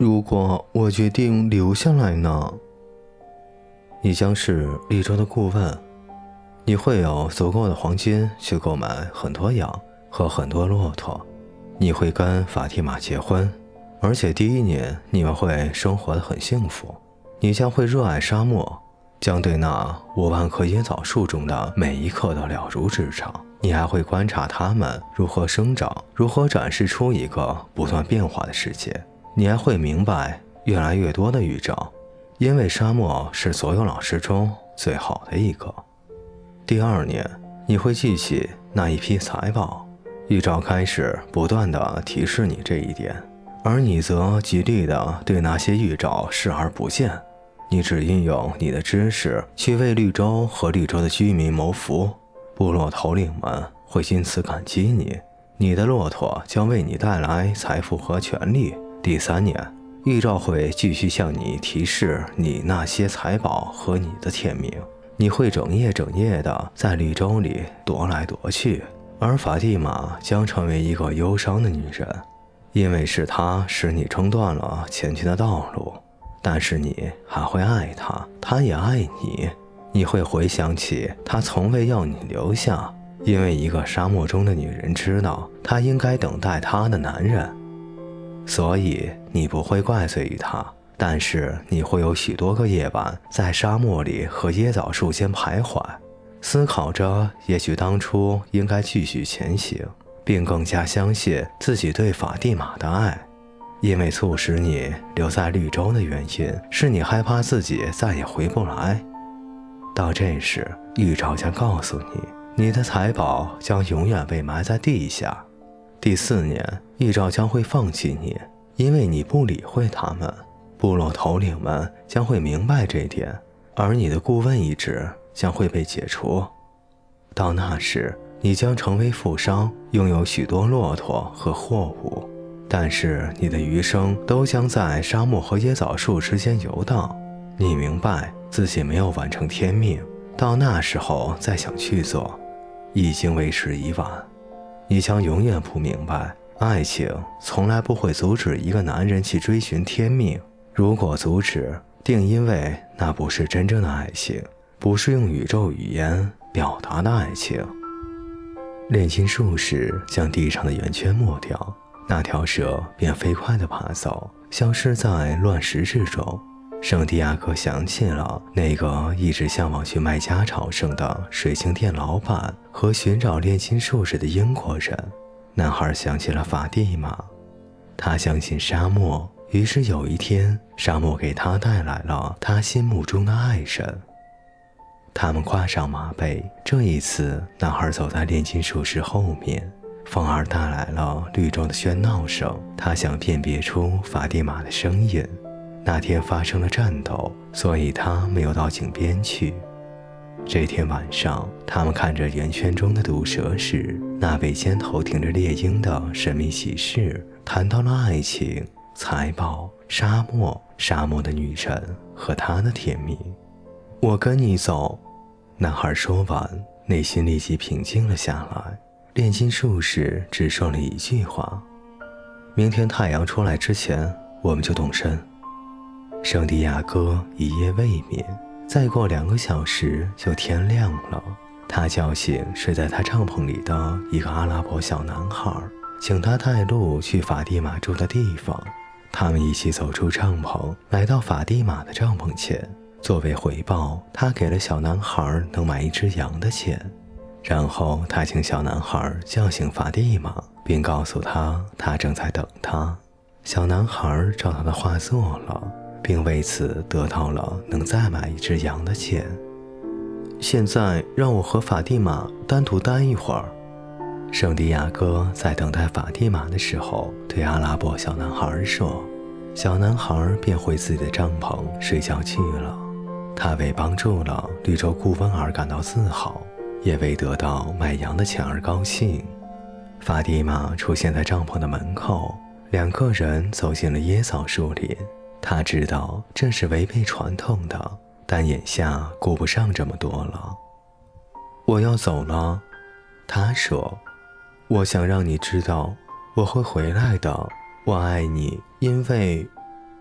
如果我决定留下来呢？你将是绿洲的顾问，你会有足够的黄金去购买很多羊和很多骆驼。你会跟法蒂玛结婚，而且第1年你们会生活得很幸福。你将会热爱沙漠，将对那5万棵椰枣树中的每一棵都了如指掌。你还会观察它们如何生长，如何展示出一个不断变化的世界。你还会明白越来越多的预兆，因为沙漠是所有老师中最好的一个。第2年，你会记起那一批财宝，预兆开始不断地提示你这一点，而你则极力地对那些预兆视而不见。你只运用你的知识去为绿洲和绿洲的居民谋福，部落头领们会因此感激你。你的骆驼将为你带来财富和权利。第3年，预兆会继续向你提示你那些财宝和你的天命。你会整夜地在绿洲里踱来踱去，而法蒂玛将成为一个忧伤的女人，因为是她使你中断了前去的道路。但是你还会爱她，她也爱你。你会回想起她从未要你留下，因为一个沙漠中的女人知道她应该等待她的男人，所以你不会怪罪于她。但是你会有许多个夜晚在沙漠里和椰枣树间徘徊，思考着也许当初应该继续前行，并更加相信自己对法蒂玛的爱。因为促使你留在绿洲的原因是你害怕自己再也回不来。到这时，预兆将告诉你，你的财宝将永远被埋在地下。第4年，预兆将会放弃你，因为你不理会他们。部落头领们将会明白这点，而你的顾问一职将会被解除。到那时，你将成为富商，拥有许多骆驼和货物，但是你的余生都将在沙漠和椰枣树之间游荡。你明白自己没有完成天命，到那时候再想去做，已经为时已晚。你将永远不明白，爱情从来不会阻止一个男人去追寻天命。如果阻止，定因为那不是真正的爱情，不是用宇宙语言表达的爱情。炼金术士将地上的圆圈抹掉，那条蛇便飞快地爬走，消失在乱石之中。圣地亚哥想起了那个一直向往去麦加朝圣的水晶店老板和寻找炼金术士的英国人。男孩想起了法蒂玛，他相信沙漠，于是有一天，沙漠给他带来了他心目中的爱人。他们跨上马背，这一次男孩走在炼金术士后面。风儿带来了绿洲的喧闹声，他想辨别出法蒂玛的声音。那天发生了战斗，所以他没有到井边去。这天晚上，他们看着圆圈中的毒蛇时，那被肩头挺着猎鹰的神秘骑士谈到了爱情、财宝、沙漠的女人和她的天命。我跟你走，男孩说完，内心立即平静了下来。炼金术士只说了一句话：明天太阳出来之前，我们就动身。圣地亚哥一夜未眠，再过2个小时就天亮了。他叫醒睡在他帐篷里的一个阿拉伯小男孩，请他带路去法蒂玛住的地方。他们一起走出帐篷，来到法蒂玛的帐篷前。作为回报，他给了小男孩能买1只羊的钱。然后他请小男孩叫醒法蒂玛，并告诉他正在等他。小男孩照他的话做了，并为此得到了能再买1只羊的钱。现在让我和法蒂玛单独待一会儿。圣地亚哥在等待法蒂玛的时候对阿拉伯小男孩说，小男孩便回自己的帐篷睡觉去了。他为帮助了绿洲顾问而感到自豪，也为得到买羊的钱而高兴。法蒂玛出现在帐篷的门口，2个人走进了椰枣树林。他知道这是违背传统的，但眼下顾不上这么多了。我要走了，他说，我想让你知道我会回来的，我爱你，因为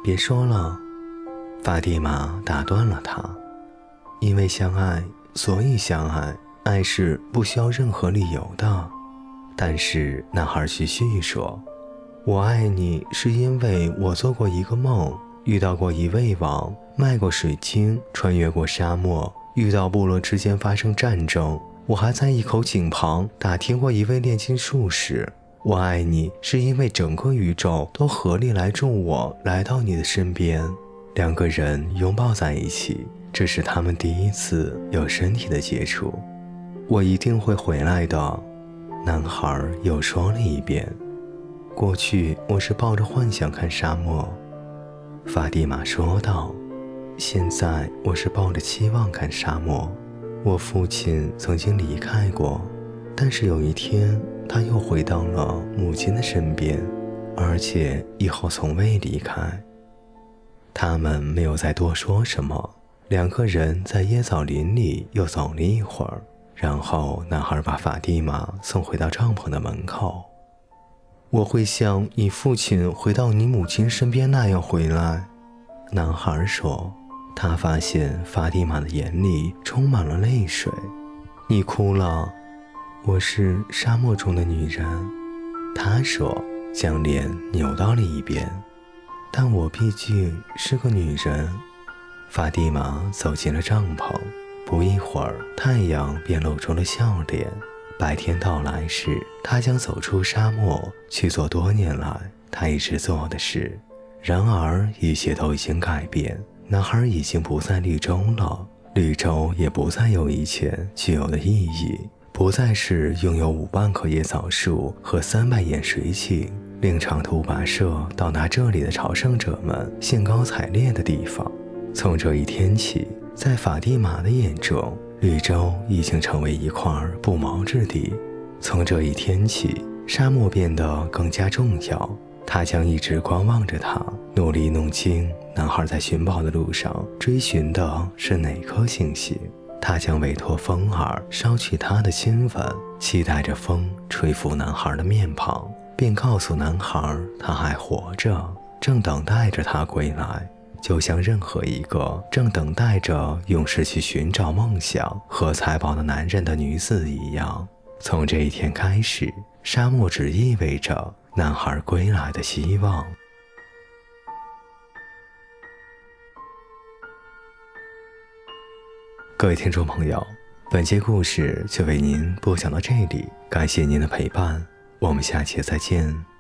别说了。法蒂玛打断了他。因为相爱，所以相爱，爱是不需要任何理由的。但是男孩继续说，我爱你是因为我做过一个梦，遇到过一位王，卖过水晶，穿越过沙漠，遇到部落之间发生战争，我还在一口井旁打听过一位炼金术士。我爱你是因为整个宇宙都合力来助我来到你的身边。两个人拥抱在一起，这是他们第一次有身体的接触。我一定会回来的，男孩又说了一遍。过去我是抱着幻想看沙漠，法蒂玛说道。现在我是抱着期望看沙漠。我父亲曾经离开过，但是有一天他又回到了母亲的身边，而且以后从未离开。他们没有再多说什么，两个人在椰枣林里又走了一会儿，然后男孩把法蒂玛送回到帐篷的门口。我会像你父亲回到你母亲身边那样回来，男孩说。他发现法蒂玛的眼里充满了泪水。你哭了？我是沙漠中的女人，他说，将脸扭到了一边。但我毕竟是个女人。法蒂玛走进了帐篷，不一会儿太阳便露出了笑脸。白天到来时，她将走出沙漠，去做多年来她一直做的事。然而一切都已经改变，男孩已经不在绿洲了，绿洲也不再有以前具有的意义，不再是拥有5万棵椰枣树和300眼水井，令长途跋涉到达这里的朝圣者们兴高采烈的地方。从这一天起，在法蒂玛的眼中，绿洲已经成为一块不毛之地。从这一天起，沙漠变得更加重要。他将一直观望着它，努力弄清男孩在寻宝的路上追寻的是哪颗星星。他将委托风儿捎去他的亲吻，期待着风吹拂男孩的面庞，并告诉男孩他还活着，正等待着他归来，就像任何一个正等待着勇士去寻找梦想和财宝的男人的女子一样。从这一天开始，沙漠只意味着男孩归来的希望。各位听众朋友，本期故事就为您播讲到这里，感谢您的陪伴，我们下期再见。